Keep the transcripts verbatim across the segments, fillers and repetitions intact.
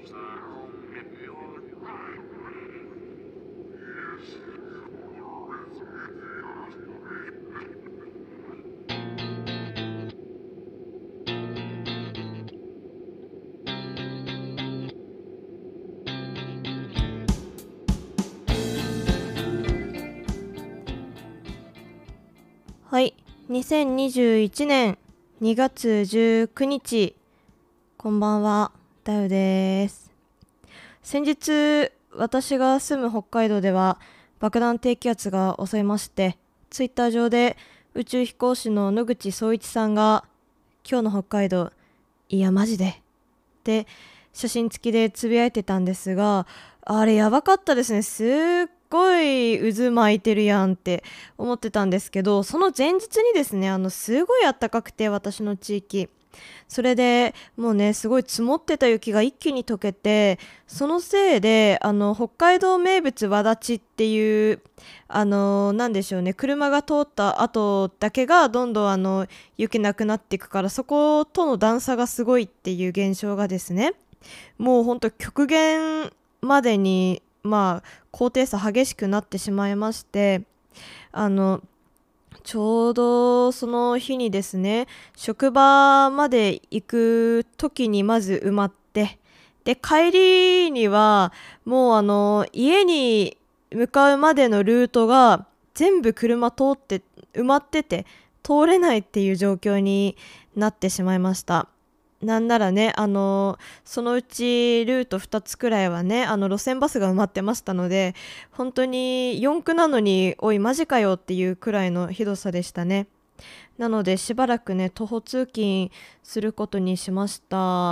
はい、にせんにじゅういちねんにがつじゅうくにち、こんばんは、だよです。先日、私が住む北海道では爆弾低気圧が襲いまして、ツイッター上で宇宙飛行士の野口聡一さんが、今日の北海道、いやマジでって写真付きでつぶやいてたんですが、あれやばかったですね。すっごい渦巻いてるやんって思ってたんですけど、その前日にですね、あのすごい暖かくて、私の地域それでもうね、すごい積もってた雪が一気に溶けて、そのせいであの北海道名物わだちっていうあのなんでしょうね、車が通った後だけがどんどんあの雪なくなっていくから、そことの段差がすごいっていう現象がですね、もうほんと極限までにまあ高低差激しくなってしまいまして、あのちょうどその日にですね、職場まで行く時にまず埋まって、で帰りにはもうあの家に向かうまでのルートが全部車通って埋まってて、通れないっていう状況になってしまいました。なんならね、あのそのうちルートふたつくらいはね、あの路線バスが埋まってましたので、本当によんくなのにおいマジかよっていうくらいのひどさでしたね。なのでしばらくね、徒歩通勤することにしました。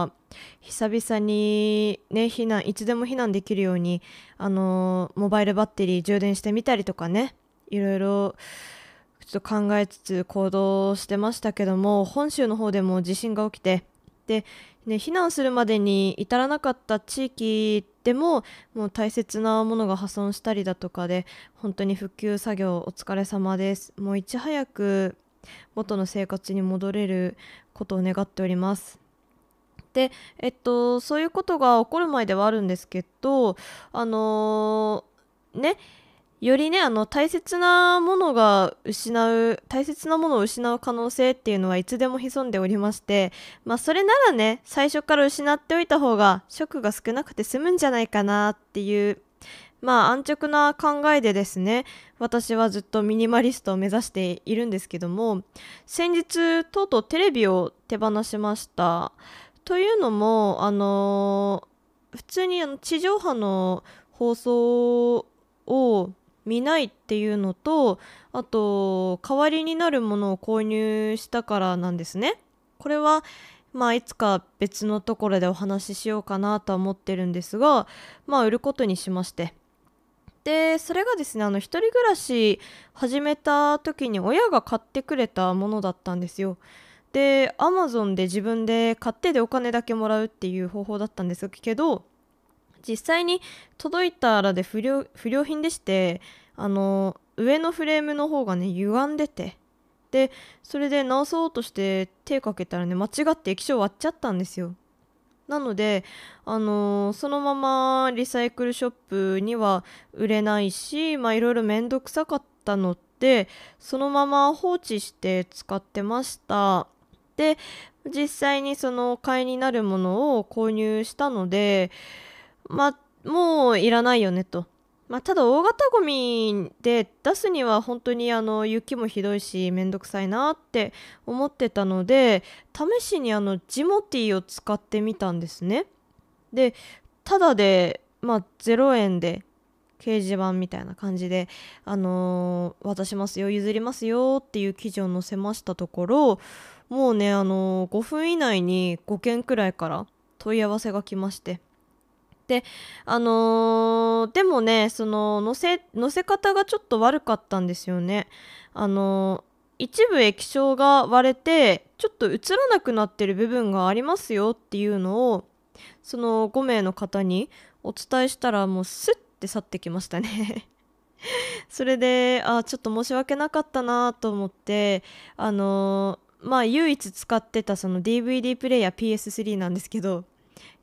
久々にね、避難いつでも避難できるように、あのモバイルバッテリー充電してみたりとかね、いろいろちょっと考えつつ行動してましたけども、本州の方でも地震が起きて、で、ね、避難するまでに至らなかった地域でももう大切なものが破損したりだとかで、本当に復旧作業お疲れ様です。もういち早く元の生活に戻れることを願っております。で、えっと、そういうことが起こる前ではあるんですけど、あのーね、よりね、あの大切なものが失う大切なものを失う可能性っていうのはいつでも潜んでおりまして、まあそれならね、最初から失っておいた方がショックが少なくて済むんじゃないかなっていう、まあ安直な考えでですね、私はずっとミニマリストを目指しているんですけども、先日とうとうテレビを手放しました。というのも、あのー普通にあの地上波の放送を見ないっていうのと、あと代わりになるものを購入したからなんですね。これはまあいつか別のところでお話ししようかなとは思ってるんですが、まあ売ることにしまして、でそれがですね、あの一人暮らし始めた時に親が買ってくれたものだったんですよ。で アマゾン で自分で買ってでお金だけもらうっていう方法だったんですけど、実際に届いたらで不良不良品でして、あの上のフレームの方がね歪んでて、でそれで直そうとして手かけたらね、間違って液晶割っちゃったんですよ。なので、あのそのままリサイクルショップには売れないし、まあいろいろめんどくさかったので、そのまま放置して使ってました。で実際にその買いになるものを購入したので、まあ、もういらないよねと。まあ、ただ大型ゴミで出すには本当にあの雪もひどいしめんどくさいなって思ってたので、試しにあのジモティーを使ってみたんですね。でただで、まあ、ゼロえんで掲示板みたいな感じで、あのー渡しますよ、譲りますよっていう記事を載せましたところ、もうね、あのーごふん以内にごけんくらいから問い合わせが来まして、で、あのーでもね、その乗せ、乗せ方がちょっと悪かったんですよね。あのー一部液晶が割れて、ちょっと映らなくなってる部分がありますよっていうのを、そのごめい名の方にお伝えしたら、もうスッて去ってきましたね。それで、あ、ちょっと申し訳なかったなと思って、あのーまあ唯一使ってたその ディーブイディー プレイヤー ピーエススリー なんですけど、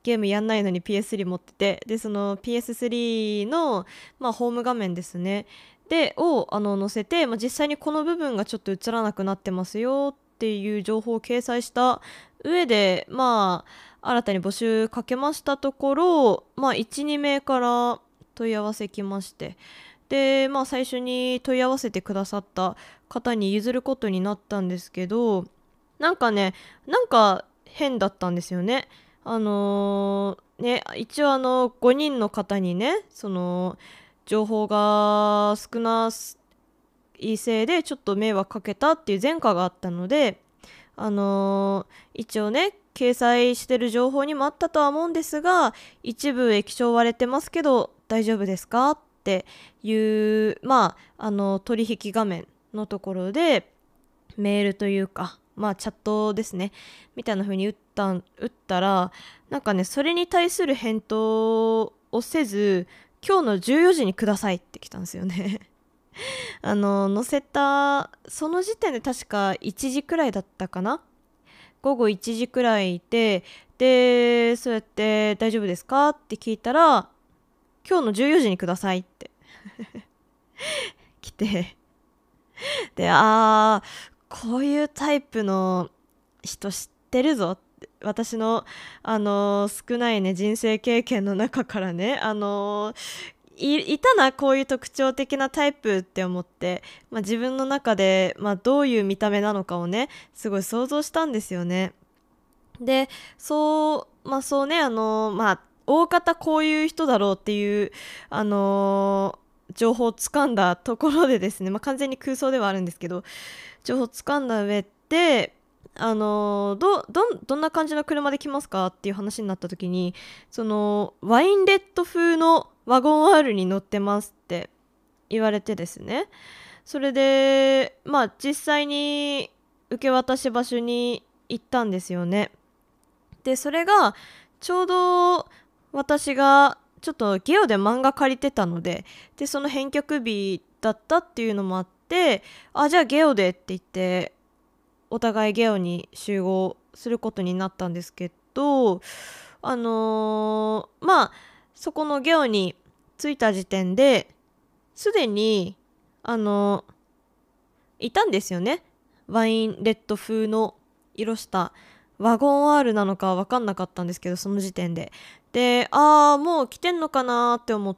ゲームやんないのに ピーエススリー 持ってて、でその ピーエススリー の、まあ、ホーム画面ですねでをあの載せて、まあ、実際にこの部分がちょっと映らなくなってますよっていう情報を掲載した上で、まあ新たに募集かけましたところ、まあ、いち、にめいから問い合わせ来まして、で、まあ、最初に問い合わせてくださった方に譲ることになったんですけど、なんかねなんか変だったんですよね。あのーね一応あのごにんの方にねその情報が少ないせいでちょっと迷惑かけたっていう前科があったので、あのー一応ね掲載してる情報にもあったとは思うんですが、一部液晶割れてますけど大丈夫ですかっていうまああの取引画面のところでメールというかまあチャットですねみたいな風に打った打ったら、なんかねそれに対する返答をせず今日のじゅうよじにくださいって来たんですよねあの載せたその時点で確かいちじくらいだったかな、午後いちじくらいで、でそうやって大丈夫ですかって聞いたら今日のじゅうよじにくださいって来て、であーこういうタイプの人知ってるぞって、私の、あのー少ないね人生経験の中からね、あのーい, いたなこういう特徴的なタイプって思って、まあ、自分の中で、まあ、どういう見た目なのかをねすごい想像したんですよね。でそうまあそうねあのーまあ大方こういう人だろうっていうあのー情報をつかんだところでですね、まあ、完全に空想ではあるんですけど情報をつかんだ上で、あのーどどんどんな感じの車で来ますかっていう話になった時に、そのワインレッド風のワゴン R に乗ってますって言われてですね、それでまあ実際に受け渡し場所に行ったんですよね。でそれがちょうど私がちょっとゲオで漫画借りてたので、でその返却日だったっていうのもあって、あじゃあゲオでって言ってお互いゲオに集合することになったんですけど、あのーまあそこのゲオに着いた時点ですでにあのーいたんですよね、ワインレッド風の色したワゴン R なのか分かんなかったんですけど、その時点でであーもう来てんのかなって思って、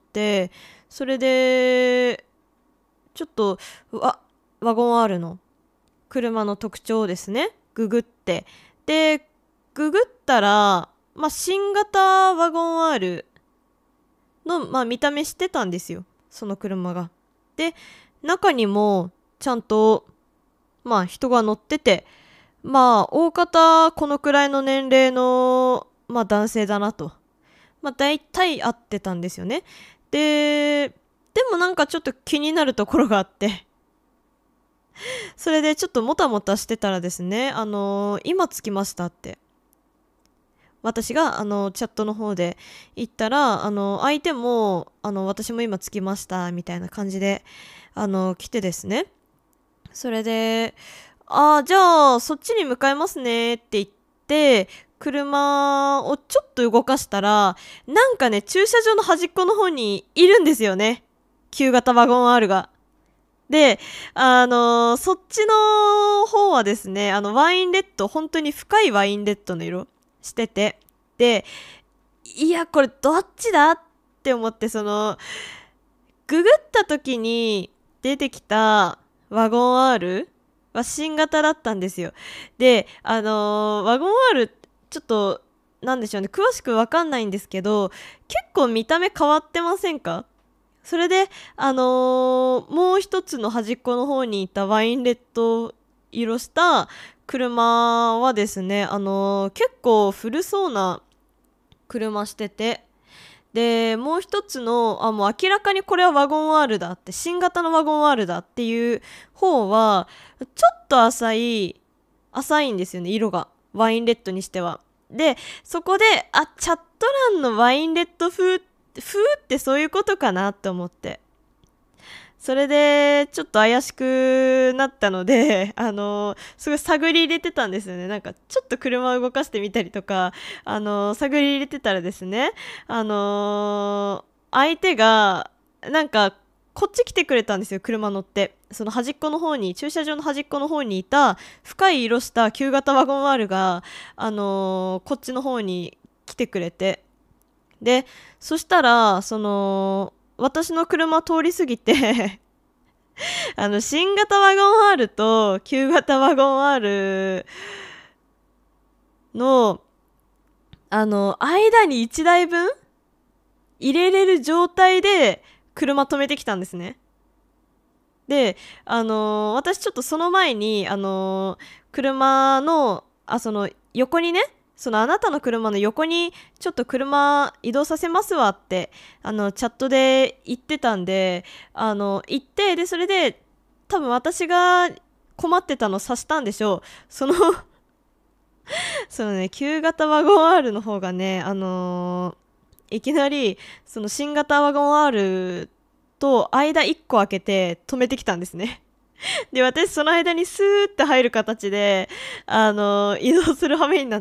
それでちょっとわワゴン R の車の特徴をですねググって、でググったら、まあ、新型ワゴン R の、まあ、見た目してたんですよその車が。で中にもちゃんとまあ人が乗ってて、まあ大方このくらいの年齢の、まあ、男性だなと、まあ、大体合ってたんですよね。ででもなんかちょっと気になるところがあってそれでちょっともたもたしてたらですね、あのー今着きましたって私があのチャットの方で言ったら、あの相手もあの私も今着きましたみたいな感じであの来てですね、それであーじゃあそっちに向かいますねって言って車をちょっと動かしたら、なんかね駐車場の端っこの方にいるんですよね、旧型ワゴン R が。で、あのーそっちの方はですね、あのワインレッド、本当に深いワインレッドの色してて、で、いやこれどっちだって思って、そのググった時に出てきたワゴン R は新型だったんですよ。で、あのーワゴン R ちょっとなんでしょうね、詳しくわかんないんですけど、結構見た目変わってませんか？それで、あのーもう一つの端っこの方にいたワインレッド色した車はですね、あのー結構古そうな車してて、でもう一つのあもう明らかにこれはワゴン R だって、新型のワゴン R だっていう方はちょっと浅い浅いんですよね、色がワインレッドにしては。でそこであチャット欄のワインレッド風風ってそういうことかなって思って、 それでちょっと怪しくなったのであのすごい探り入れてたんですよね。なんかちょっと車を動かしてみたりとかあの探り入れてたらですね、あの相手がなんかこっち来てくれたんですよ。車乗ってその端っこの方に、駐車場の端っこの方にいた深い色した旧型ワゴン R があのこっちの方に来てくれて、でそしたらその私の車通り過ぎてあの新型ワゴン R と旧型ワゴン R のあの間にいちだいぶん入れれる状態で車止めてきたんですね。で、あのー私ちょっとその前に、あのー車の、あ、その横にね、そのあなたの車の横にちょっと車移動させますわって、あの、チャットで言ってたんで、あの、言って、で、それで、多分私が困ってたの察したんでしょう。そのそのね、旧型ワゴン R の方がね、あのーいきなり、その新型ワゴン R と間いっこ開けて止めてきたんですね。で、私その間にスーって入る形で、あのー移動する羽目になって、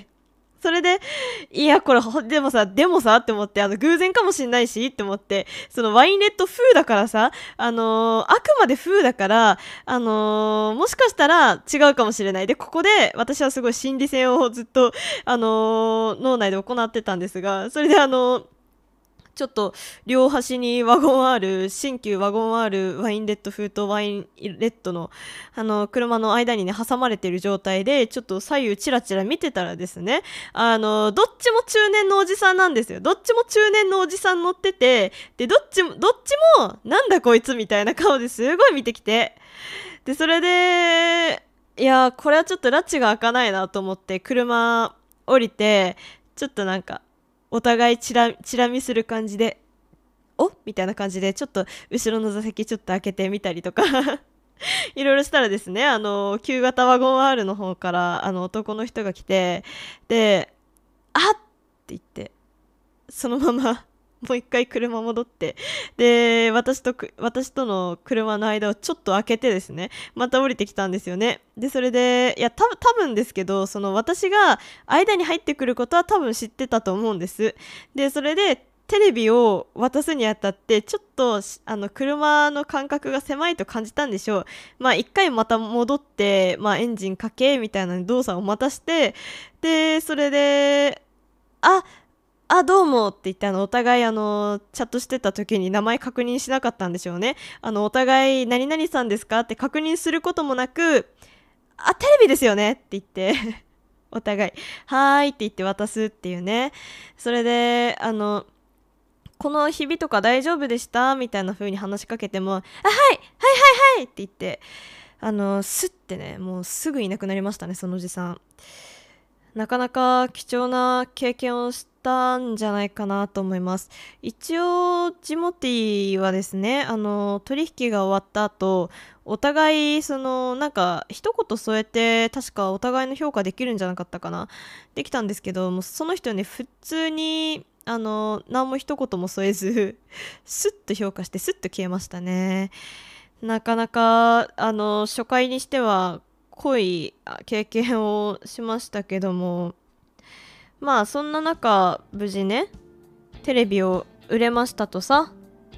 それで、いや、これ、ほでもさ、でもさ、って思って、あの、偶然かもしんないし、って思って、そのワインレッド風だからさ、あのーあくまで風だから、あのーもしかしたら違うかもしれない。で、ここで、私はすごい心理戦をずっと、あのー脳内で行ってたんですが、それであのーちょっと両端にワゴン R、新旧ワゴン R、ワインレッド風とワインレッドの、あの車の間にね挟まれてる状態でちょっと左右チラチラ見てたらですね、あのどっちも中年のおじさんなんですよ。どっちも中年のおじさん乗ってて、でどっちもどっちもなんだこいつみたいな顔ですごい見てきて、でそれでいやこれはちょっと拉致が開かないなと思って車降りて、ちょっとなんかお互いチラチラ見する感じで、おみたいな感じでちょっと後ろの座席ちょっと開けてみたりとかいろいろしたらですね、あの旧型ワゴン R の方からあの男の人が来て、であっって言ってそのままもう一回車戻って、で私とく私との車の間をちょっと開けてですね、また降りてきたんですよね。でそれでいや多分多分ですけど、その私が間に入ってくることは多分知ってたと思うんです。でそれでテレビを渡すにあたってちょっとしあの車の間隔が狭いと感じたんでしょう。まあ一回また戻って、まあ、エンジンかけみたいな動作をまたして、でそれでああ、どうもって言って、あの、お互い、あの、チャットしてた時に名前確認しなかったんでしょうね。あの、お互い、何々さんですかって確認することもなく、あ、テレビですよねって言ってお互い、はーいって言って渡すっていうね。それで、あの、この日々とか大丈夫でしたみたいな風に話しかけても、あ、はいはいはいはいって言って、あの、スッてね、もうすぐいなくなりましたね、そのおじさん。なかなか貴重な経験をしたんじゃないかなと思います。一応ジモティーはですね、あの取引が終わった後、お互いそのなんか一言添えて確かお互いの評価できるんじゃなかったかな、できたんですけども、その人ね普通にあの何も一言も添えずスッと評価してスッと消えましたね。なかなかあの初回にしては濃いあ経験をしましたけども、まあそんな中無事ねテレビを売れましたとさ。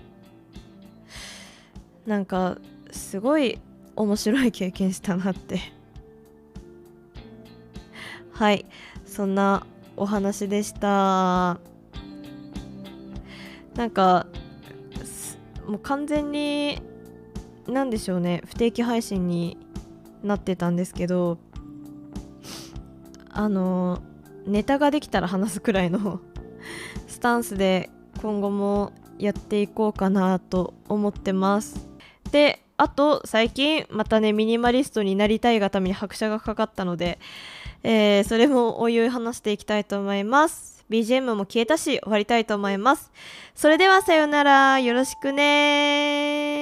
なんかすごい面白い経験したなってはい、そんなお話でした。なんかすもう完全になんでしょうね、不定期配信になってたんですけど、あのネタができたら話すくらいのスタンスで今後もやっていこうかなと思ってます。で、あと最近またねミニマリストになりたいがために拍車がかかったので、えーそれもおいおい話していきたいと思います。 ビージーエム も消えたし終わりたいと思います。それではさようなら、よろしくね。